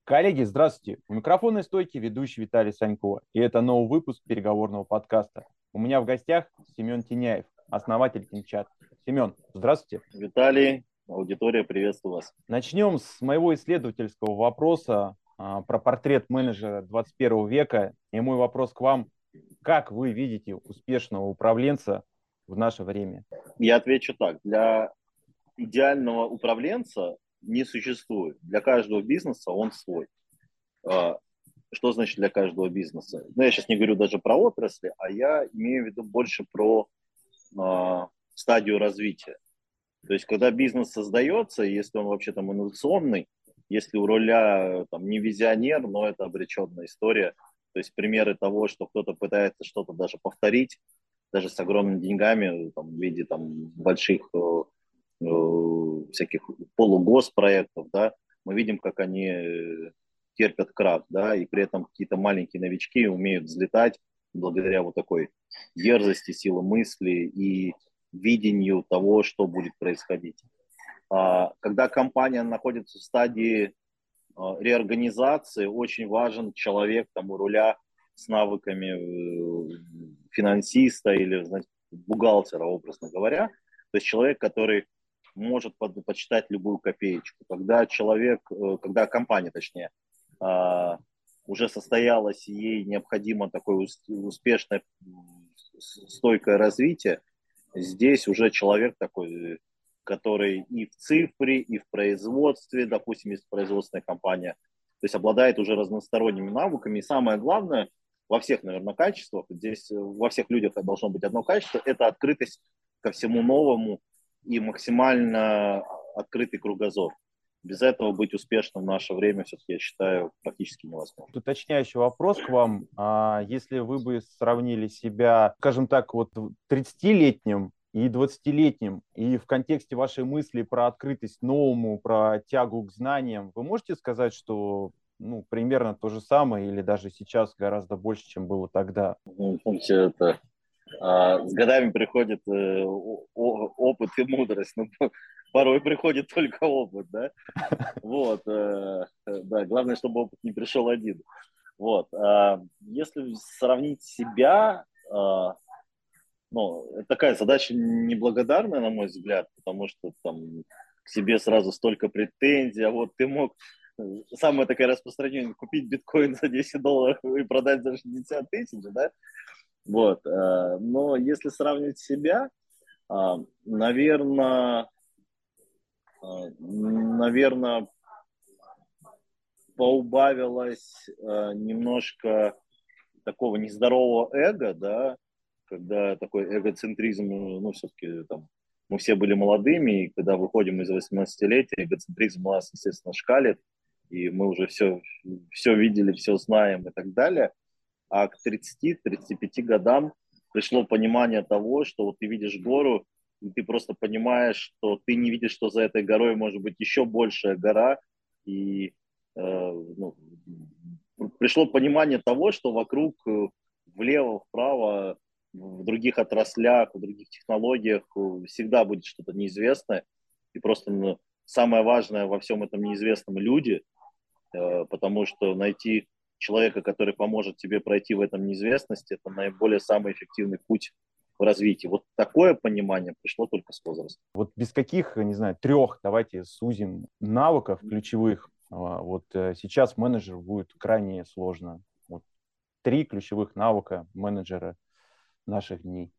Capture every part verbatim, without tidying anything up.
Коллеги, здравствуйте. У микрофонной стойки ведущий Виталий Санько. И это новый выпуск переговорного подкаста. У меня в гостях Семен Тиняев, основатель Тинчат. Семен, здравствуйте. Виталий, аудитория, приветствую вас. Начнем с моего исследовательского вопроса а, про портрет менеджера двадцать первого века. И мой вопрос к вам: как вы видите успешного управленца в наше время? Я отвечу так. Для идеального управленца не существует. Для каждого бизнеса он свой. А, Что значит для каждого бизнеса? Ну, я сейчас не говорю даже про отрасли, а я имею в виду больше про а, стадию развития. То есть, когда бизнес создается, если он вообще там инновационный, если у руля там не визионер, но это обреченная история. То есть примеры того, что кто-то пытается что-то даже повторить, даже с огромными деньгами, там, в виде там, больших э, э, всяких полугоспроектов, да, мы видим, как они э, терпят крах, да, и при этом какие-то маленькие новички умеют взлетать благодаря вот такой дерзости, силы мысли и видению того, что будет происходить. А, когда компания находится в стадии а, реорганизации, очень важен человек там у руля с навыками э, финансиста или, знаете, бухгалтера, образно говоря. То есть человек, который может под, подсчитать любую копеечку. Когда человек, э, когда компания, точнее, а, уже состоялась, и ей необходимо такое успешное, стойкое развитие, здесь уже человек такой, который и в цифре, и в производстве, допустим, есть производственная компания, то есть обладает уже разносторонними навыками. И самое главное, во всех, наверное, качествах, здесь во всех людях должно быть одно качество, это открытость ко всему новому и максимально открытый кругозор. Без этого быть успешным в наше время, все-таки, я считаю, практически невозможно. Уточняющий вопрос к вам. А если вы бы сравнили себя, скажем так, вот тридцатилетним и двадцатилетним, и в контексте вашей мысли про открытость новому, про тягу к знаниям, вы можете сказать, что ну, примерно то же самое или даже сейчас гораздо больше, чем было тогда? Ну, помните, это а, с годами приходит э, о- опыт и мудрость, но порой приходит только опыт, да? Вот, э, э, да, главное, чтобы опыт не пришел один. Вот, а, если сравнить себя, а, ну, это такая задача неблагодарная, на мой взгляд, потому что там к себе сразу столько претензий, а вот ты мог, э, самая такая распространенная, купить биткоин за десять долларов и продать за шестьдесят тысяч, да? Вот, э, но если сравнивать себя, наверное, наверное, поубавилось э, немножко такого нездорового эго, да, когда такой эгоцентризм, ну, все-таки там, мы все были молодыми, и когда выходим из восемнадцатилетия, эгоцентризм у нас, естественно, шкалит, и мы уже все, все видели, все знаем и так далее. А к тридцати-тридцати пяти годам пришло понимание того, что вот ты видишь гору, и ты просто понимаешь, что ты не видишь, что за этой горой может быть еще большая гора, и э, ну, пришло понимание того, что вокруг э, влево, вправо, в других отраслях, в других технологиях э, всегда будет что-то неизвестное, и просто ну, самое важное во всем этом неизвестном люди, э, потому что найти человека, который поможет тебе пройти в этом неизвестности, это наиболее самый эффективный путь в развитии. Вот такое понимание пришло только с возрастом. Вот без каких, не знаю, трех, давайте сузим, навыков ключевых, а, вот э, сейчас менеджеру будет крайне сложно. Вот три ключевых навыка менеджера наших дней.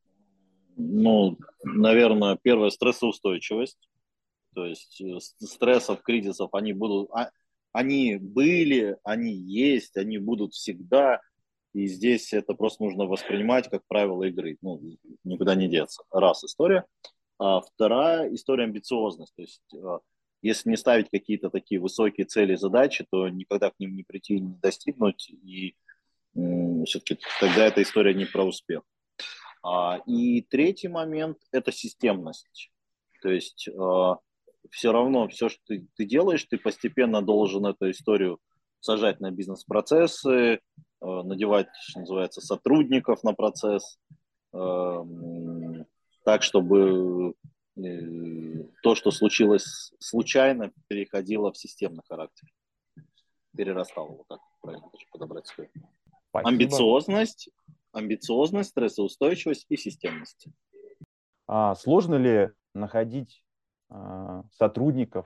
Ну, наверное, первое — стрессоустойчивость. То есть э, стрессов, кризисов, они будут, а, они были, они есть, они будут всегда. И здесь это просто нужно воспринимать как правило игры. Ну, никуда не деться. Раз история. А вторая история — амбициозность. То есть э, если не ставить какие-то такие высокие цели и задачи, то никогда к ним не прийти, не достигнуть. И м, все-таки тогда эта история не про успех. А, и третий момент — это системность. То есть э, все равно все, что ты, ты делаешь, ты постепенно должен эту историю сажать на бизнес-процессы, э, надевать, что называется, сотрудников на процесс, э, так, чтобы э, то, что случилось случайно, переходило в системный характер. перерастал. Вот так правильно даже подобрать слово. Спасибо. Амбициозность, амбициозность, стрессоустойчивость и системность. А сложно ли находить а, сотрудников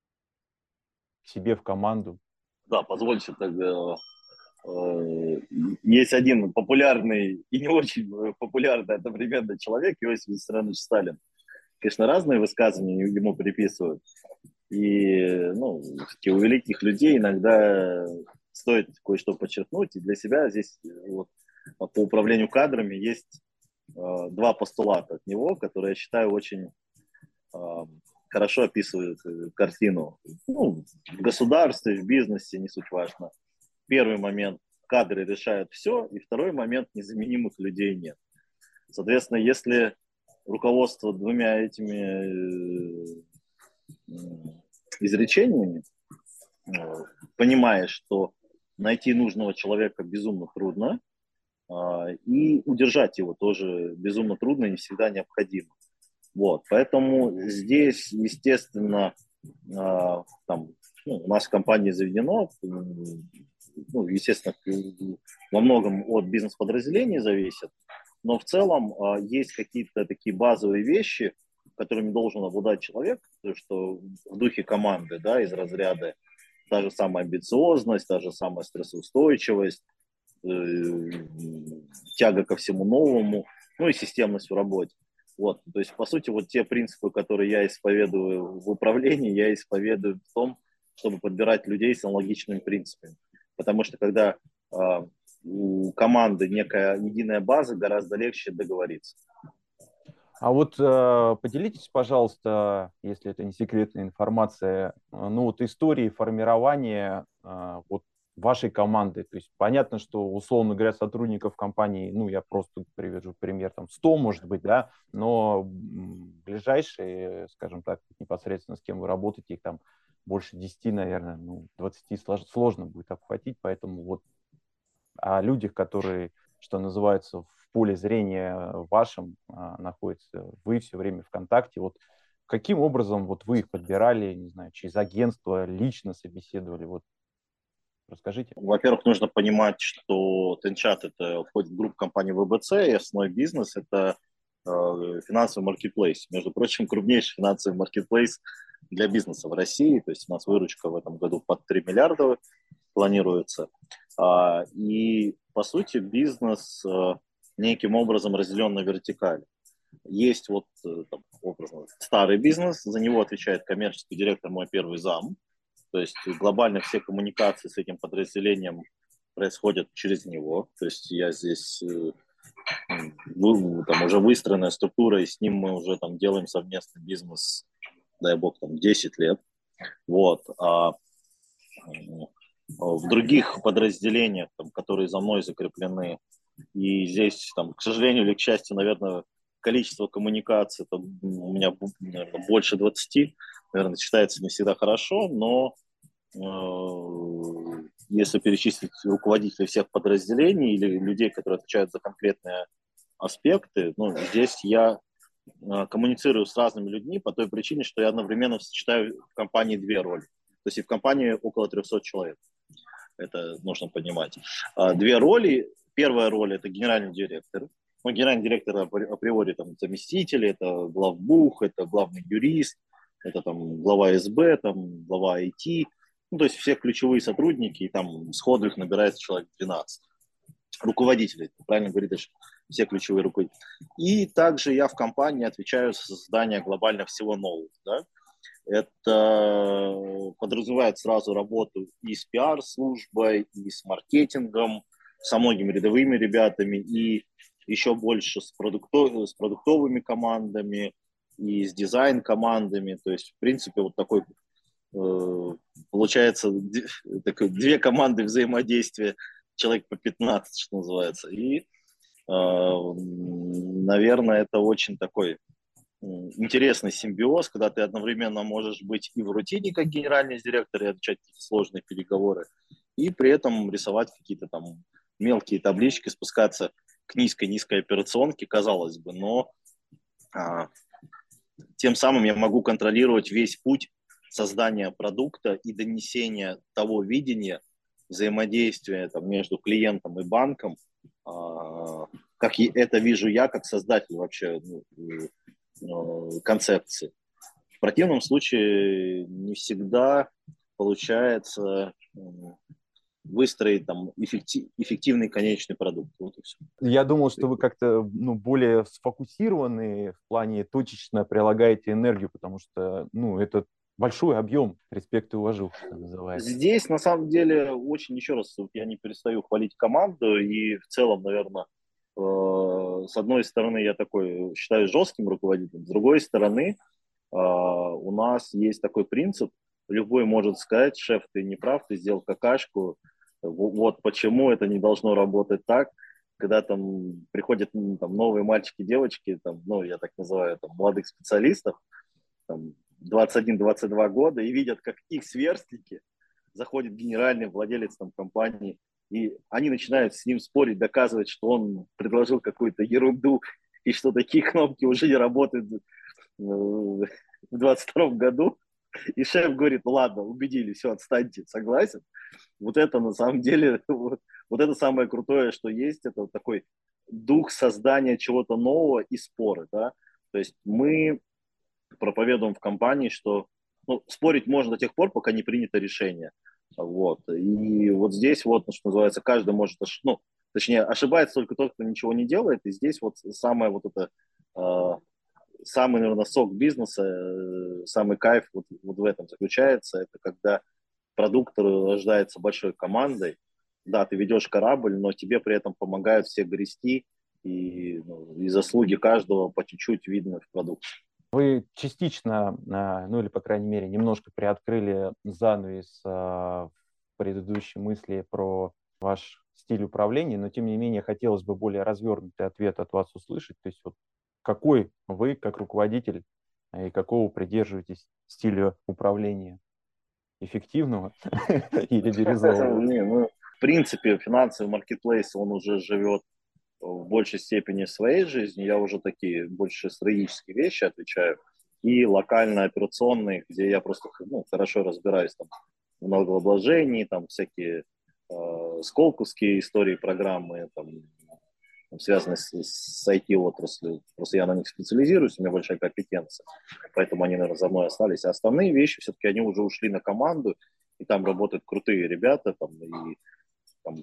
к себе в команду? Да, позвольте тогда. Э, есть один популярный и не очень популярный одновременно человек, Иосиф Виссарионович Сталин. Конечно, разные высказывания ему приписывают. И ну, у великих людей иногда стоит кое-что подчеркнуть. И для себя здесь вот, по управлению кадрами есть э, два постулата от него, которые, я считаю, очень э, хорошо описывают картину. Ну, в государстве, в бизнесе, не суть важно. Первый момент – кадры решают все, и второй момент – незаменимых людей нет. Соответственно, если руководство двумя этими изречениями, понимая, что найти нужного человека безумно трудно, и удержать его тоже безумно трудно и не всегда необходимо. Вот, поэтому здесь, естественно, там, ну, у нас в компании заведено, ну, естественно, во многом от бизнес-подразделений зависит, но в целом есть какие-то такие базовые вещи, которыми должен обладать человек, что в духе команды, да, из разряда та же самая амбициозность, та же самая стрессоустойчивость, э, тяга ко всему новому, ну и системность в работе. Вот, то есть, по сути, вот те принципы, которые я исповедую в управлении, я исповедую в том, чтобы подбирать людей с аналогичными принципами. Потому что когда э, у команды некая единая база, гораздо легче договориться. А вот э, поделитесь, пожалуйста, если это не секретная информация, э, ну вот истории формирования э, вот вашей команды. То есть понятно, что, условно говоря, сотрудников компании, ну я просто приведу пример, там сто может быть, да, но ближайшие, скажем так, непосредственно с кем вы работаете, их там больше десяти, наверное, ну двадцати сложно будет обхватить, поэтому вот о людях, которые, что называется, в поле зрения вашем а, находятся, вы все время в контакте. Вот каким образом вот вы их подбирали, не знаю, через агентство, лично собеседовали? Вот расскажите. Во-первых, нужно понимать, что Тенчат это входит в группу компании вэ бэ цэ, и основной бизнес это э, финансовый маркетплейс. Между прочим, крупнейший финансовый маркетплейс для бизнеса в России. То есть у нас выручка в этом году под три миллиарда планируется. А, и, по сути, бизнес а, неким образом разделен на вертикали. Есть вот там, образно, старый бизнес, за него отвечает коммерческий директор, мой первый зам. То есть глобально все коммуникации с этим подразделением происходят через него. То есть я здесь там, уже выстроенная структура, и с ним мы уже там делаем совместный бизнес, дай бог, там десять лет. Вот. А в других подразделениях, там, которые за мной закреплены, и здесь, там, к сожалению или к счастью, наверное, количество коммуникаций там, у меня, наверное, больше двадцати, наверное, считается не всегда хорошо, но э, если перечислить руководителей всех подразделений или людей, которые отвечают за конкретные аспекты, ну, здесь я э, коммуницирую с разными людьми по той причине, что я одновременно сочетаю в компании две роли. То есть и в компании около трехсот человек. Это нужно понимать. Две роли. Первая роль – это генеральный директор. Ну, генеральный директор априори там, заместитель, это главбух, это главный юрист, это там, глава эс бэ, там, глава ай ти. Ну, то есть все ключевые сотрудники, и там сходу их набирается человек двенадцать. Руководители, правильно говорить, все ключевые руководители. И также я в компании отвечаю за создание глобально всего нового. Да? Это подразумевает сразу работу и с пиар-службой, и с маркетингом, со многими рядовыми ребятами, и еще больше с, продуктов, с продуктовыми командами, и с дизайн-командами. То есть, в принципе, вот такой э, получается такой, две команды взаимодействия, человек по пятнадцать, что называется. И, э, наверное, это очень такой интересный симбиоз, когда ты одновременно можешь быть и в рутине как генеральный директор и отвечать какие-то сложные переговоры, и при этом рисовать какие-то там мелкие таблички, спускаться к низкой-низкой операционке, казалось бы, но а, тем самым я могу контролировать весь путь создания продукта и донесения того видения, взаимодействие там, между клиентом и банком, а, как и это вижу я, как создатель вообще ну, концепции. В противном случае не всегда получается выстроить там эффектив, эффективный конечный продукт. Вот и все. Я думал, что вы как-то ну, более сфокусированы в плане точечно прилагаете энергию, потому что ну, это большой объем, респект и уважух, что называется. Здесь, на самом деле, очень, еще раз, я не перестаю хвалить команду, и в целом, наверное, э, с одной стороны, я такой считаю жестким руководителем, с другой стороны, э, у нас есть такой принцип, любой может сказать: шеф, ты не прав, ты сделал какашку, вот почему это не должно работать так. Когда там приходят там, новые мальчики, девочки, там, ну, я так называю, там, молодых специалистов, там, двадцать один двадцать два года, и видят, как их сверстники, заходит генеральный владелец там, компании, и они начинают с ним спорить, доказывать, что он предложил какую-то ерунду, и что такие кнопки уже не работают в двадцать втором году. И шеф говорит: ну ладно, убедили, все, отстаньте, согласен. Вот это на самом деле, вот, вот это самое крутое, что есть, это вот такой дух создания чего-то нового и споры, да. То есть мы проповедуем в компании, что ну, спорить можно до тех пор, пока не принято решение. Вот. И вот здесь вот, что называется, каждый может, ну, точнее, ошибается только тот, кто ничего не делает. И здесь вот самое вот это, э, самый, наверное, сок бизнеса, э, самый кайф вот, вот в этом заключается. Это когда продукт рождается большой командой. Да, ты ведешь корабль, но тебе при этом помогают все грести, и, ну, и заслуги каждого по чуть-чуть видно в продукте. Вы частично, ну или, по крайней мере, немножко приоткрыли занавес в предыдущей мысли про ваш стиль управления, но, тем не менее, хотелось бы более развернутый ответ от вас услышать. То есть вот какой вы, как руководитель, и какого придерживаетесь стиля управления? Эффективного или бирюзового? Не, ну, в принципе, финансовый маркетплейс, он уже живет в большей степени своей жизнью. Я уже такие больше стратегические вещи отвечаю. И локально-операционные, где я просто ну, хорошо разбираюсь там, в налогообложении, там всякие э, сколковские истории, программы, там, связанные с, с ай ти-отраслью. Просто я на них специализируюсь, у меня большая компетенция. Поэтому они, наверное, за мной остались. А остальные вещи все-таки они уже ушли на команду, и там работают крутые ребята, там, и там,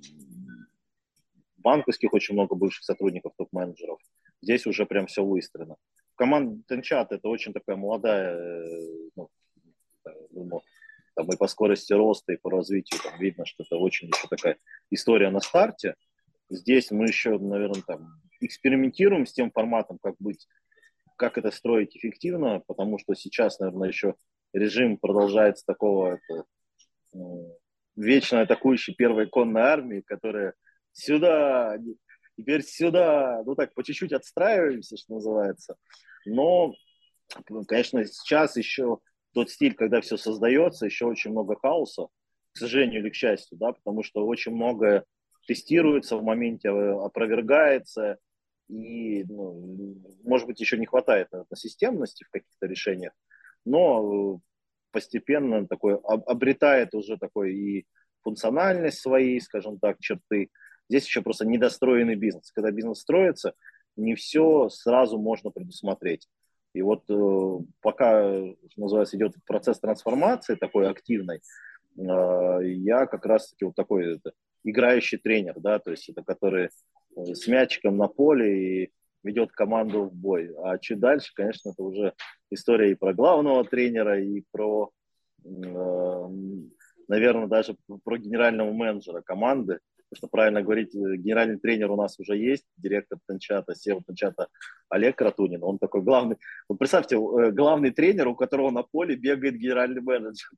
банковских очень много бывших сотрудников, топ-менеджеров. Здесь уже прям все выстроено. Команда Тенчат это очень такая молодая, ну, думаю, там и по скорости роста, и по развитию там видно, что это очень еще такая история на старте. Здесь мы еще, наверное, там экспериментируем с тем форматом, как быть, как это строить эффективно, потому что сейчас, наверное, еще режим продолжается такого это, ну, вечно атакующей первой конной армии, которая сюда, теперь сюда, ну так, по чуть-чуть отстраиваемся, что называется. Но, конечно, сейчас еще тот стиль, когда все создается, еще очень много хаоса, к сожалению или к счастью, да, потому что очень многое тестируется в моменте, опровергается, и, ну, может быть, еще не хватает, наверное, системности в каких-то решениях, но постепенно такой обретает уже такой и функциональность своей, скажем так, черты. Здесь еще просто недостроенный бизнес. Когда бизнес строится, не все сразу можно предусмотреть. И вот э, пока, что называется, идет процесс трансформации такой активной, э, я как раз-таки вот такой это, играющий тренер, да, то есть это который с мячиком на поле и ведет команду в бой. А чуть дальше, конечно, это уже история и про главного тренера, и про, э, наверное, даже про генерального менеджера команды. Потому что, правильно говорить, генеральный тренер у нас уже есть, директор Тенчата, сео Тенчата Олег Кратунин. Он такой главный. Вот представьте, главный тренер, у которого на поле бегает генеральный менеджер.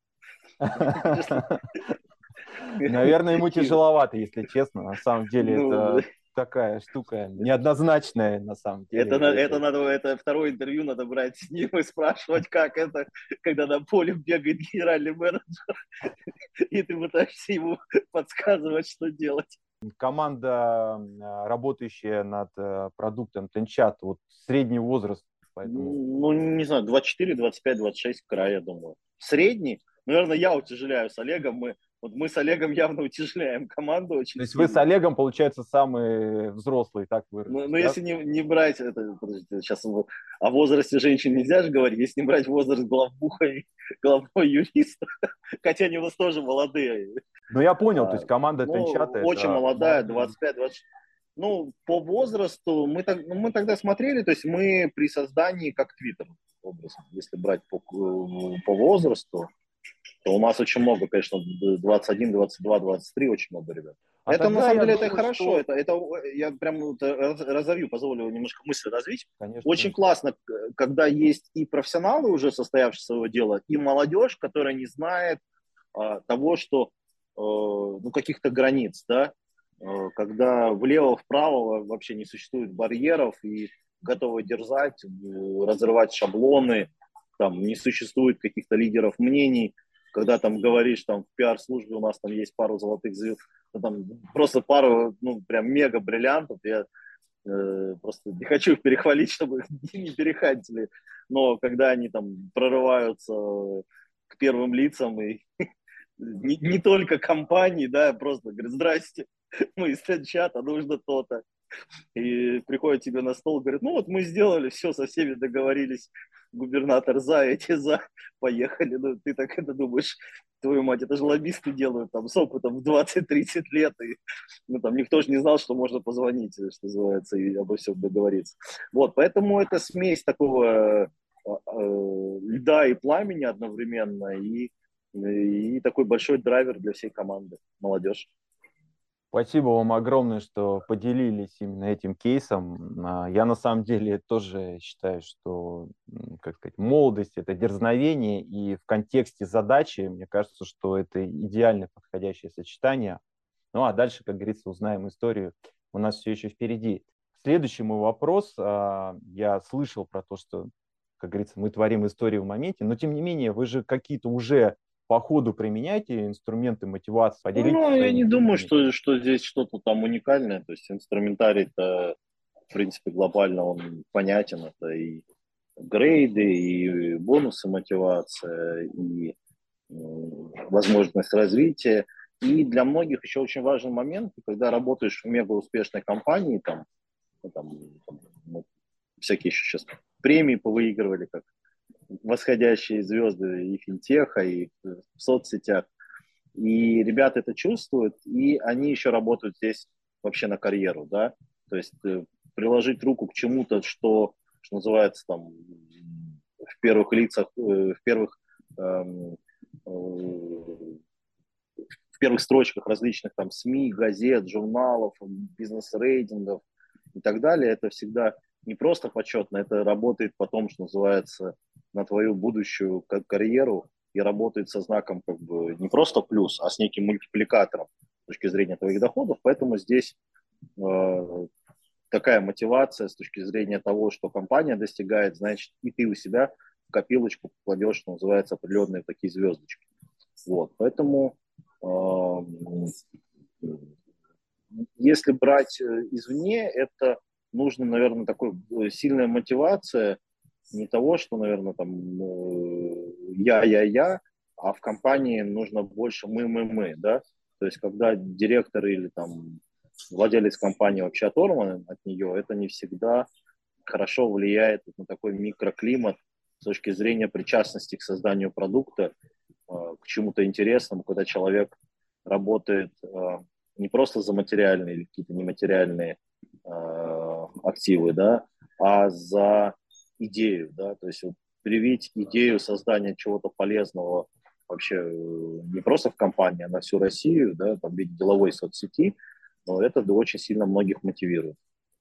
Наверное, ему тяжеловато, если честно. На самом деле это такая штука неоднозначная, на самом деле. Это, это, надо, это второе интервью надо брать с ним и спрашивать, как это, когда на поле бегает генеральный менеджер, и ты пытаешься ему подсказывать, что делать. Команда, работающая над продуктом Тенчат, вот средний возраст. Поэтому... Ну, не знаю, двадцать четыре, двадцать пять, двадцать шесть края, я думаю. Средний, наверное, я утяжеляю с Олегом, мы Вот мы с Олегом явно утяжеляем команду очень То есть вы с сильно. Олегом, получается, самые взрослые, так Ну, выразить, ну да? если не, не брать, это, подождите, сейчас о возрасте женщин нельзя же говорить, если не брать возраст главбуха и главного юриста, хотя они у нас тоже молодые. Ну, я понял, то А, есть команда ну, Тенчата– очень это молодая, молодые люди. двадцать пять двадцать. Ну, по возрасту, мы, так, ну, мы тогда смотрели, то есть мы при создании, как Твиттер, образом, если брать по, по возрасту, то у нас очень много, конечно, двадцать один, двадцать два, двадцать три, очень много ребят. А Это, на тогда самом я деле, это думаю, хорошо, что... это, это я прям вот раз- разовью, позволю немножко мысль развить. Конечно, Очень конечно. классно, к- когда есть и профессионалы, уже состоявшие своего дела, и молодежь, которая не знает а, того, что, э, ну, каких-то границ, да, Э, когда влево-вправо вообще не существует барьеров и готовы дерзать, э, разрывать шаблоны, там не существует каких-то лидеров мнений, когда там говоришь, там в пиар-службе у нас там есть пару золотых звезд, ну, там просто пару, ну, прям мега бриллиантов, я э, просто не хочу их перехвалить, чтобы не перехантили, но когда они там прорываются к первым лицам и не, не только компании, да, просто говорят, здрасте, мы из чата, нужно то-то. И приходят тебе на стол, говорят, ну вот мы сделали, все, со всеми договорились, губернатор за, эти за, поехали. Ну, ты так это думаешь, твою мать, это же лоббисты делают там с опытом в двадцать-тридцать лет, и ну, там никто же не знал, что можно позвонить, что называется, и обо всем договориться. Вот, поэтому это смесь такого э, э, льда и пламени одновременно, и, и такой большой драйвер для всей команды, молодежь. Спасибо вам огромное, что поделились именно этим кейсом. А, Я на самом деле тоже считаю, что, м, как сказать, молодость– это дерзновение, и в контексте задачи, мне кажется, что это идеально подходящее сочетание. Ну а дальше, как говорится, узнаем историю. У нас все еще впереди. Следующий мой вопрос. а, Я слышал про то, что, как говорится, мы творим историю в моменте, но тем не менее, вы же какие-то уже по ходу применяете инструменты мотивации. Поделитесь Ну, я своими не думаю, кейсами. что, что здесь что-то там уникальное. То есть инструментарий-то, в принципе, глобально он понятен. Это и грейды, и бонусы мотивация, и м, возможность развития. И для многих еще очень важный момент, когда работаешь в мега успешной компании, там, ну, там, там, ну, всякие еще сейчас премии повыигрывали, как восходящие звезды и финтеха, и в соцсетях. И ребята это чувствуют, и они еще работают здесь вообще на карьеру, да, то есть э, приложить руку к чему-то, что, что называется там в первых лицах, э, в первых эм, э, в первых строчках различных там СМИ, газет, журналов, бизнес-рейтингов и так далее, это всегда не просто почетно, это работает потом, что называется, на твою будущую карьеру и работает со знаком как бы не просто плюс, а с неким мультипликатором с точки зрения твоих доходов. Поэтому здесь э, такая мотивация с точки зрения того, что компания достигает, значит, и ты у себя в копилочку кладешь, что называется, определенные такие звездочки. Вот, поэтому э, если брать извне, это нужно, наверное, такой сильная мотивация не того, что, наверное, там я-я-я, а в компании нужно больше мы-мы-мы, да, то есть когда директор или там владелец компании вообще оторван от нее, это не всегда хорошо влияет на такой микроклимат с точки зрения причастности к созданию продукта, к чему-то интересному, когда человек работает не просто за материальные или какие-то нематериальные активы, да, а за идею, да, то есть вот привить идею создания чего-то полезного вообще не просто в компании, а на всю Россию, да, там, в виде деловой соцсети, но это очень сильно многих мотивирует.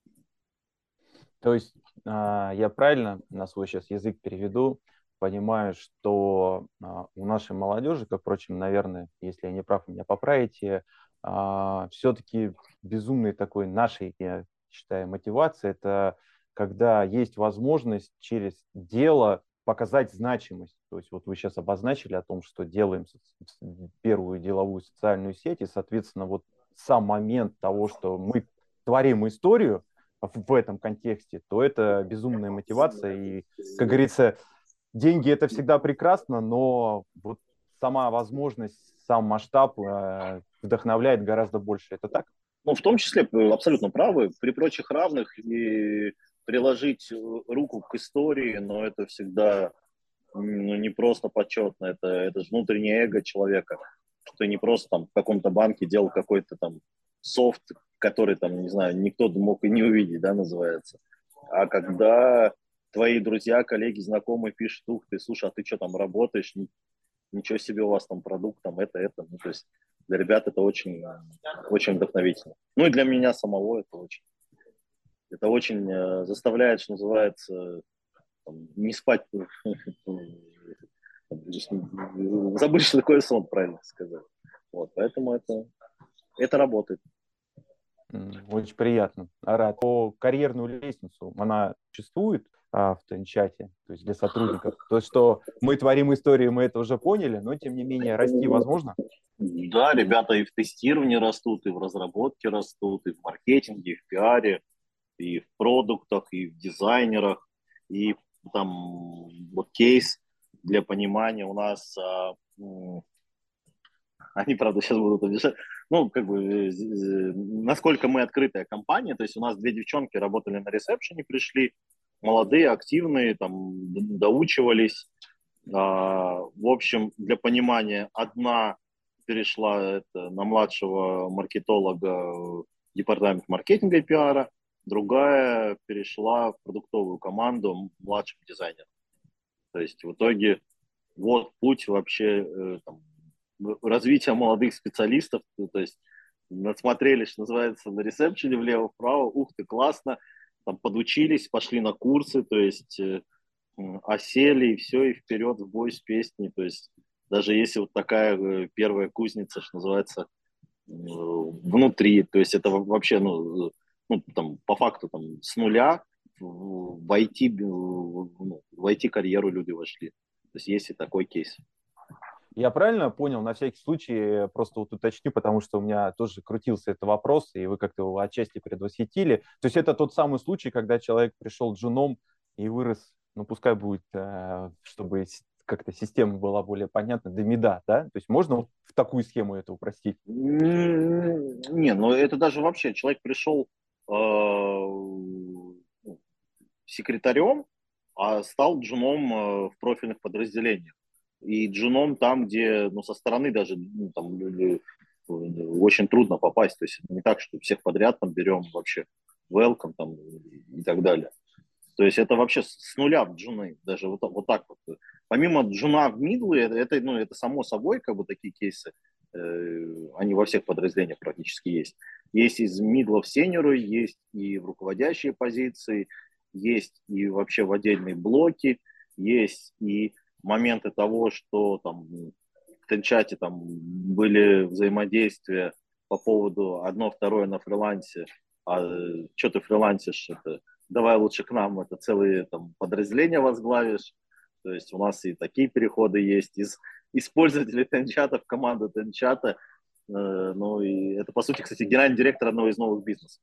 То есть а, я правильно на свой сейчас язык переведу, понимаю, что а, у нашей молодежи, как, впрочем, наверное, если я не прав, меня поправите, а, все-таки безумной такой нашей, я считаю, мотивации, это когда есть возможность через дело показать значимость. То есть вот вы сейчас обозначили о том, что делаем первую деловую социальную сеть, и, соответственно, вот сам момент того, что мы творим историю, в этом контексте, то это безумная мотивация. И, как говорится, деньги это всегда прекрасно, но вот сама возможность, сам масштаб э, вдохновляет гораздо больше. Это так? Ну, в том числе, абсолютно правы, при прочих равных и приложить руку к истории, но это всегда ну, не просто почетно, это, это же внутреннее эго человека, что ты не просто там в каком-то банке делал какой-то там софт, который там, не знаю, никто мог и не увидеть, да, называется. А когда твои друзья, коллеги, знакомые пишут: ух ты, слушай, а ты что там работаешь, ничего себе у вас там продукт, там это, это, ну, то есть для ребят это очень, очень вдохновительно. Ну и для меня самого это очень, это очень э, заставляет, что называется, там, не спать, забыть, что такое сон, правильно сказать. Вот, поэтому это, это работает. Очень приятно. Рад. По карьерную лестницу, она существует а, в Тенчате, то есть для сотрудников. То есть, что мы творим историю, мы это уже поняли, но тем не менее расти возможно? Да, ребята и в тестировании растут, и в разработке растут, и в маркетинге, и в пиаре, и в продуктах, и в дизайнерах, и там вот кейс для понимания у нас, а, м, они, правда, сейчас будут обижать, ну, как бы, э, э, насколько мы открытая компания, то есть у нас две девчонки работали на ресепшене, пришли, молодые, активные, там, д- доучивались. А, в общем, для понимания, одна перешла это, на младшего маркетолога в департамент маркетинга и пиара, другая перешла в продуктовую команду младшим дизайнером. То есть в итоге вот путь вообще э, там, развития молодых специалистов. Ну, то есть насмотрелись, что называется, на ресепшене влево-вправо, ух ты, классно, там подучились, пошли на курсы, то есть э, осели и все, и вперед в бой с песней. То есть даже если вот такая э, первая кузница, что называется, э, внутри, то есть это вообще, ну, э, ну там, по факту там, с нуля в, в, I T, ну, в I T-карьеру люди вошли. То есть есть и такой кейс. Я правильно понял, на всякий случай, просто вот уточню, потому что у меня тоже крутился этот вопрос, и вы как-то его отчасти предвосхитили. То есть это тот самый случай, когда человек пришел джуном и вырос, ну пускай будет, э, чтобы как-то система была более понятна, до мида, да? То есть можно вот в такую схему это упростить? Не, ну это даже вообще, человек пришел э, секретарем, а стал джуном э, в профильных подразделениях. И джуном там, где ну, со стороны даже ну, там, люди, э, очень трудно попасть. То есть не так, что всех подряд там берем вообще welcome там, и так далее. То есть это вообще с нуля в джуны, даже вот, вот так вот. Помимо джуна в мидлы, это, ну, это само собой, как бы такие кейсы, э, они во всех подразделениях практически есть. Есть из мидла в сеньоры, есть и в руководящие позиции, есть и вообще в отдельные блоки, есть и моменты того, что там в Тенчате там были взаимодействия по поводу одно, второе на фрилансе, а что ты фрилансишь, это давай лучше к нам, это целые там подразделения возглавишь. То есть у нас и такие переходы есть из использователей Тенчата в команду Тенчата. Э, ну и это, по сути, кстати, генеральный директор одного из новых бизнесов.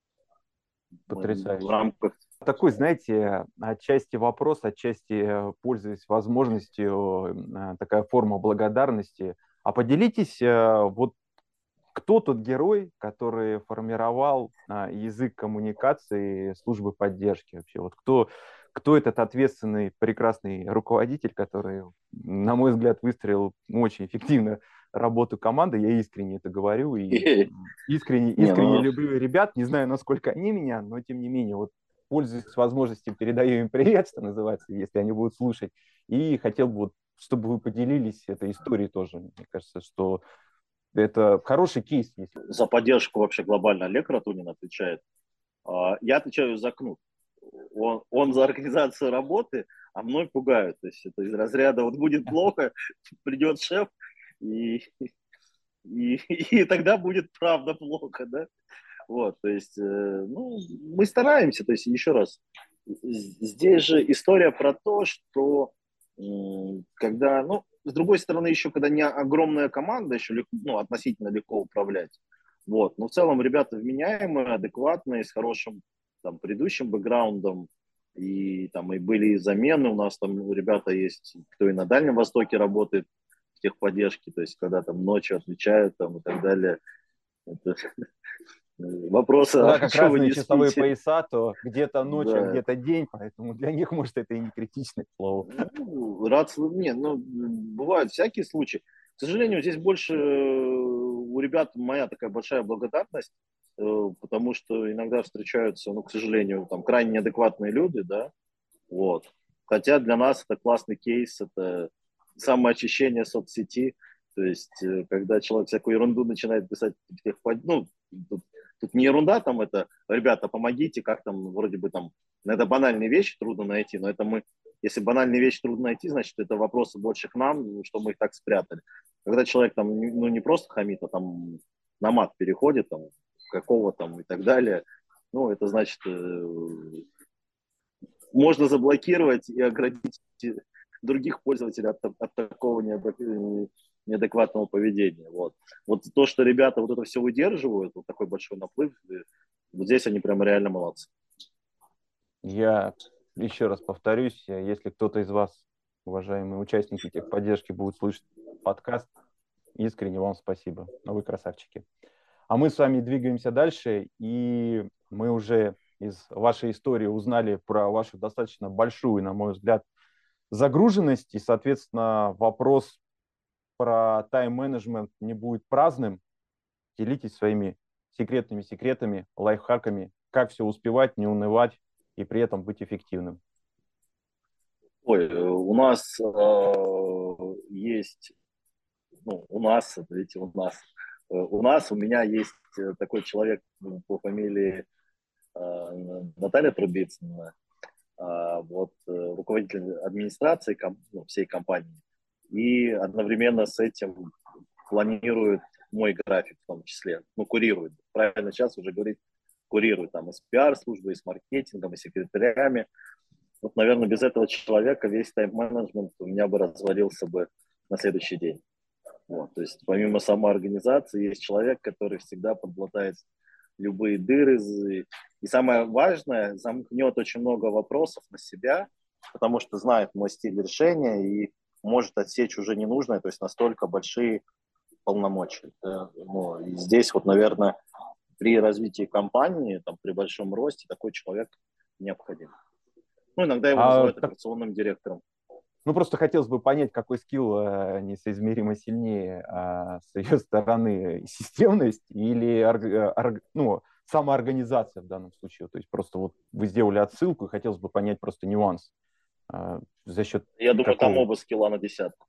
Мы в Потрясающе. рамках... Такой, знаете, отчасти вопрос, отчасти э, пользуясь возможностью, э, такая форма благодарности. А поделитесь, э, вот кто тот герой, который формировал а, язык коммуникации службы поддержки вообще? Вот кто, кто этот ответственный, прекрасный руководитель, который, на мой взгляд, выстроил ну, очень эффективно работу команды? Я искренне это говорю и искренне, Не, искренне ну, люблю ребят. Не знаю, насколько они меня, но тем не менее, вот пользуясь возможностью, передаю им привет, что называется, если они будут слушать. И хотел бы, вот, чтобы вы поделились этой историей тоже. Мне кажется, что это хороший кейс. Если... за поддержку вообще глобально Олег Ратунин отвечает. А, я отвечаю за Кнут. Он, он за организацию работы, а мной пугают. То есть это из разряда вот будет плохо, придет шеф, и, и, и тогда будет правда плохо, да? Вот, то есть, э, ну, мы стараемся, то есть, еще раз, здесь же история про то, что э, когда, ну, с другой стороны, еще когда не огромная команда, еще легко, ну, относительно легко управлять. Вот, но в целом ребята вменяемые, адекватные, с хорошим там предыдущим бэкграундом, и там и были и замены, у нас там ребята есть, кто и на Дальнем Востоке работает, в техподдержки, то есть когда там ночью отвечают там и так далее. Это вопросы, Ну а да, как что вы разные не часовые спите? пояса, то где-то ночь, а Да. где-то день, поэтому для них, может, это и не критично, к слову. Ну, рад, сл- не, ну, бывают всякие случаи. К сожалению, здесь больше э, у ребят моя такая большая благодарность, э, потому что иногда встречаются, ну, к сожалению, там крайне неадекватные люди, да, вот. Хотя для нас это классный кейс, это самоочищение соцсети, то есть э, когда человек всякую ерунду начинает писать, в тех под- ну, тут, тут не ерунда, там это, ребята, помогите, как там, вроде бы там, ну, это банальные вещи трудно найти, но это мы, если банальные вещи трудно найти, значит, это вопросы больше к нам, ну, что мы их так спрятали. Когда человек там, не- ну, не просто хамит, а там на мат переходит, там, какого там и так далее, ну, это значит, э, можно заблокировать и оградить других пользователей от, от такого неадекватного поведения. Вот. Вот то, что ребята вот это все выдерживают, вот такой большой наплыв, вот здесь они прям реально молодцы. Я еще раз повторюсь, если кто-то из вас, уважаемые участники техподдержки, будет слышать подкаст, искренне вам спасибо. Вы красавчики. А мы с вами двигаемся дальше, и мы уже из вашей истории узнали про вашу достаточно большую, на мой взгляд, загруженность, и, соответственно, вопрос про тайм-менеджмент не будет праздным. Делитесь своими секретными секретами, лайфхаками, как все успевать, не унывать и при этом быть эффективным. Ой, у нас э, есть, ну, у нас, видите, у нас, э, у нас, у меня есть такой человек по фамилии э, Наталья Трубицына, э, вот, э, руководитель администрации ком, ну, всей компании, и одновременно с этим планирует мой график в том числе, ну, курирует, правильно сейчас уже говорить, курирует там и с пиар-службой, и с маркетингом, и с секретарями. Вот, наверное, без этого человека весь тайм-менеджмент у меня бы развалился бы на следующий день. Вот, то есть помимо самоорганизации есть человек, который всегда подглотает любые дыры. И самое важное, замкнет очень много вопросов на себя, потому что знает мой стиль решения и может отсечь уже ненужное, то есть настолько большие полномочий. Да? Ну, и здесь вот, наверное, при развитии компании, там, при большом росте такой человек необходим. Ну, иногда его А, называют так, операционным директором. ну, просто хотелось бы понять, какой скилл э, несоизмеримо сильнее а, с ее стороны, системность или орг, э, орг, ну, самоорганизация в данном случае. То есть просто вот вы сделали отсылку, и хотелось бы понять просто нюанс. А, за счет Я думаю, там какого? оба скилла на десятку.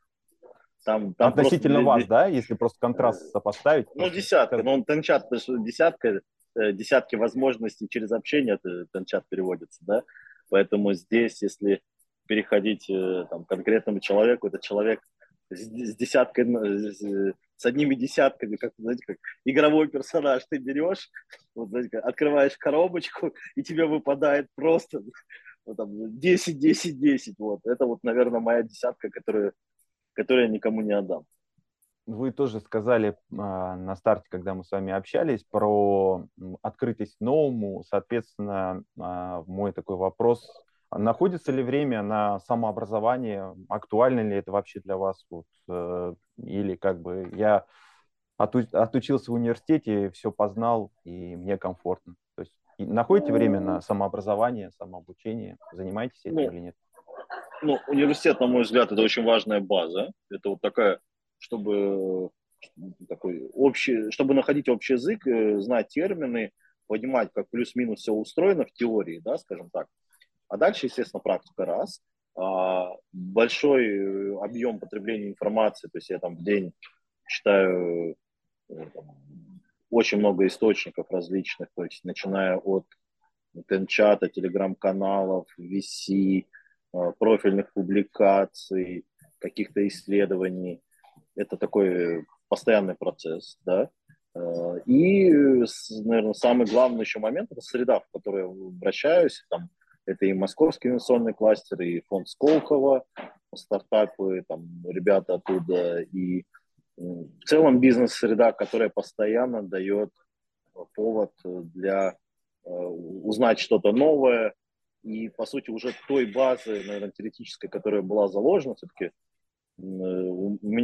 Там, там просто, Относительно вас, да, если просто контраст сопоставить, ну, просто десятка. сказ- Но он тенчат, потому что десятка, э, десятки возможностей через общение, это тенчат переводится, да. Поэтому здесь, если переходить э, там, к конкретному человеку, это человек с, с десяткой, с, с одними десятками, как, знаете, как игровой персонаж ты берешь, вот, знаете, открываешь коробочку, и тебе выпадает просто ну, там, десять, десять, десять. Вот. Это вот, наверное, моя десятка, которую, которую я никому не отдам. вы тоже сказали а, на старте, когда мы с вами общались, про открытость новому. Соответственно, а, мой такой вопрос: находится ли время на самообразование? Актуально ли это вообще для вас? Вот, э, или как бы я оту- отучился в университете, все познал, и мне комфортно. То есть и находите время на самообразование, самообучение? Занимаетесь этим Ну, или нет? ну, университет, на мой взгляд, это очень важная база. Это вот такая, чтобы такой общий, чтобы находить общий язык, э, знать термины, понимать, как плюс-минус все устроено в теории, да, скажем так. А дальше, естественно, практика раз. А, большой э, объем потребления информации, то есть я там в день читаю э, там, очень много источников различных, то есть начиная от Тенчата, телеграм-каналов, ви си, э, профильных публикаций, каких-то исследований. Это такой постоянный процесс, да. Э, И, наверное, самый главный еще момент – это среда, в которой я вращаюсь. Там, это и Московский инвестиционный кластер, и фонд Сколково, стартапы, там, ребята оттуда, и в целом бизнес-среда, которая постоянно дает повод для э, узнать что-то новое. И, по сути, уже той базы, наверное, теоретической, которая была заложена, все-таки у меня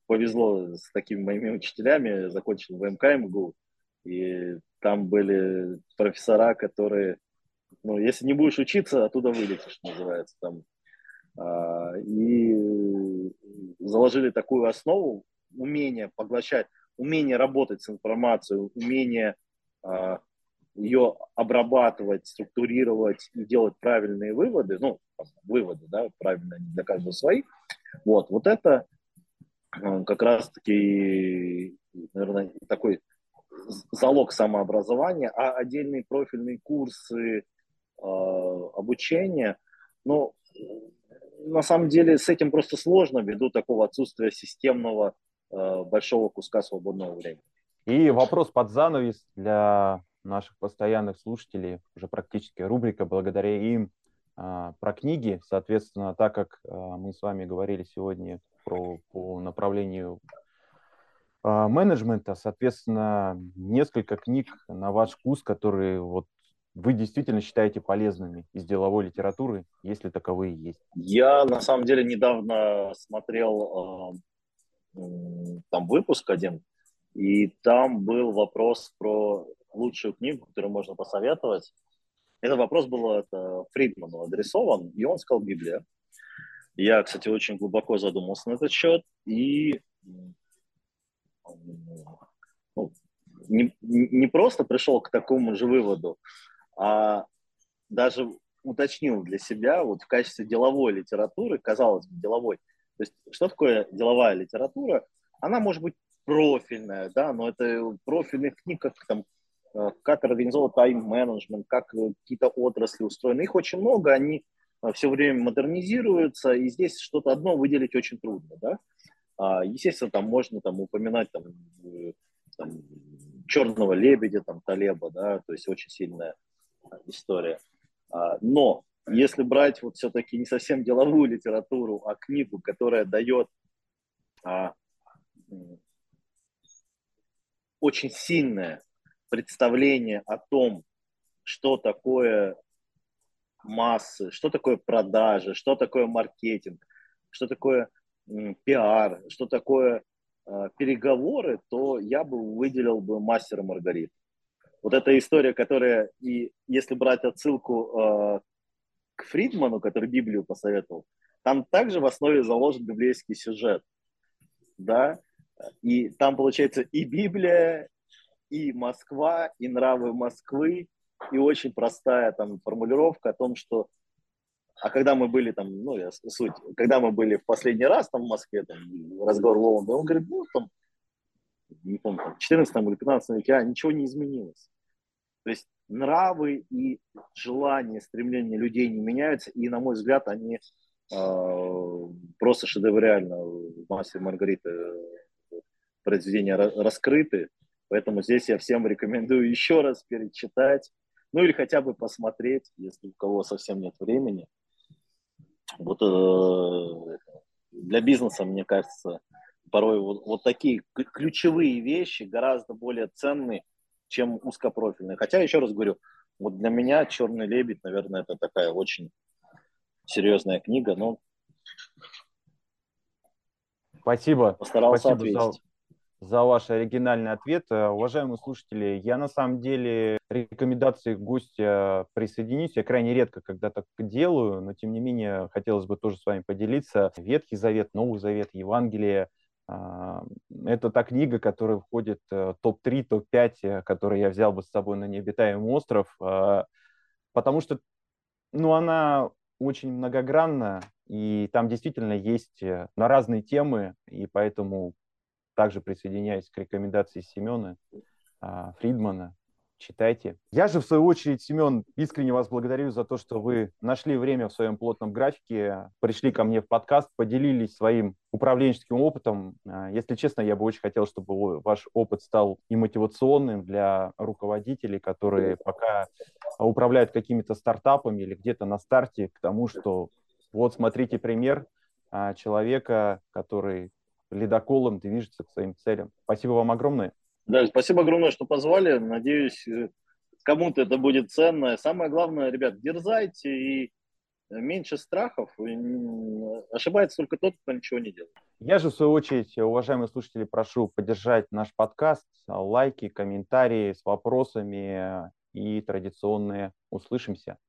повезло с такими моими учителями, закончил ВМК МГУ, и там были профессора, которые, ну, если не будешь учиться, оттуда вылетишь, что называется, там. А, и заложили такую основу, умение поглощать, умение работать с информацией, умение а, ее обрабатывать, структурировать и делать правильные выводы, ну, выводы, да, правильно для каждого свои. Вот, вот это э, как раз-таки, наверное, такой залог самообразования, а отдельные профильные курсы, э, обучения, ну, на самом деле с этим просто сложно ввиду такого отсутствия системного э, большого куска свободного времени. И вопрос под занавес для наших постоянных слушателей, уже практически рубрика благодаря им, а, про книги. Соответственно, так как а, мы с вами говорили сегодня про, по направлению а, менеджмента, соответственно, несколько книг на ваш вкус, которые вот вы действительно считаете полезными из деловой литературы, если таковые есть. Я на самом деле недавно смотрел э, там выпуск один, и там был вопрос про лучшую книгу, которую можно посоветовать. Этот вопрос был это, Фридману адресован, и он сказал «Библия». Я, кстати, очень глубоко задумался на этот счет, и ну, не, не просто пришел к такому же выводу, а даже уточнил для себя вот в качестве деловой литературы, казалось бы, деловой. То есть что такое деловая литература? Она может быть профильная, да, но это профильных книг, как там как организовывать тайм-менеджмент, как какие-то отрасли устроены. Их очень много, они все время модернизируются, и здесь что-то одно выделить очень трудно, да. Естественно, там можно там, упоминать там, там, «Черного лебедя», там, Талеба, да, то есть очень сильная история. Но если брать вот все-таки не совсем деловую литературу, а книгу, которая дает а, очень сильное представление о том, что такое массы, что такое продажи, что такое маркетинг, что такое м, пиар, что такое э, переговоры, то я бы выделил бы «Мастера Маргариту». Вот эта история, которая, и если брать отсылку э, к Фридману, который Библию посоветовал, там также в основе заложен библейский сюжет, да, и там получается и Библия, и Москва, и нравы Москвы, и очень простая там формулировка о том, что а когда мы были там, ну, я суть, когда мы были в последний раз там в Москве, там, разговор Воланда, он говорит, ну, там, не помню, там, в четырнадцатом или пятнадцатом веке, а, ничего не изменилось. То есть нравы и желания, стремления людей не меняются, и, на мой взгляд, они э, просто шедевриально в «Мастере Маргариты» произведения раскрыты, поэтому здесь я всем рекомендую еще раз перечитать, ну или хотя бы посмотреть, если у кого совсем нет времени. Вот э, для бизнеса, мне кажется, порой вот, вот такие ключевые вещи гораздо более ценны, чем узкопрофильные. Хотя, еще раз говорю, вот для меня «Черный лебедь», наверное, это такая очень серьезная книга, но Спасибо. постарался Спасибо за, ответить. за ваш оригинальный ответ. Уважаемые слушатели, я на самом деле рекомендации гостя присоединюсь. Я крайне редко когда так делаю, но тем не менее хотелось бы тоже с вами поделиться. Ветхий Завет, Новый Завет, Евангелие. Это та книга, которая входит в топ три, топ пять, которые я взял бы с собой на необитаемый остров, потому что ну, она очень многогранна, и там действительно есть на разные темы, и поэтому также присоединяюсь к рекомендации Семена Фридмана. Читайте. Я же, в свою очередь, Семен, искренне вас благодарю за то, что вы нашли время в своем плотном графике, пришли ко мне в подкаст, поделились своим управленческим опытом. Если честно, я бы очень хотел, чтобы ваш опыт стал и мотивационным для руководителей, которые пока управляют какими-то стартапами или где-то на старте, к тому, что вот смотрите пример человека, который ледоколом движется к своим целям. Спасибо вам огромное. Да, спасибо огромное, что позвали. Надеюсь, кому-то это будет ценно. Самое главное, ребят, дерзайте и меньше страхов, ошибается только тот, кто ничего не делает. Я же, в свою очередь, уважаемые слушатели, прошу поддержать наш подкаст, лайки, комментарии с вопросами и традиционные. Услышимся.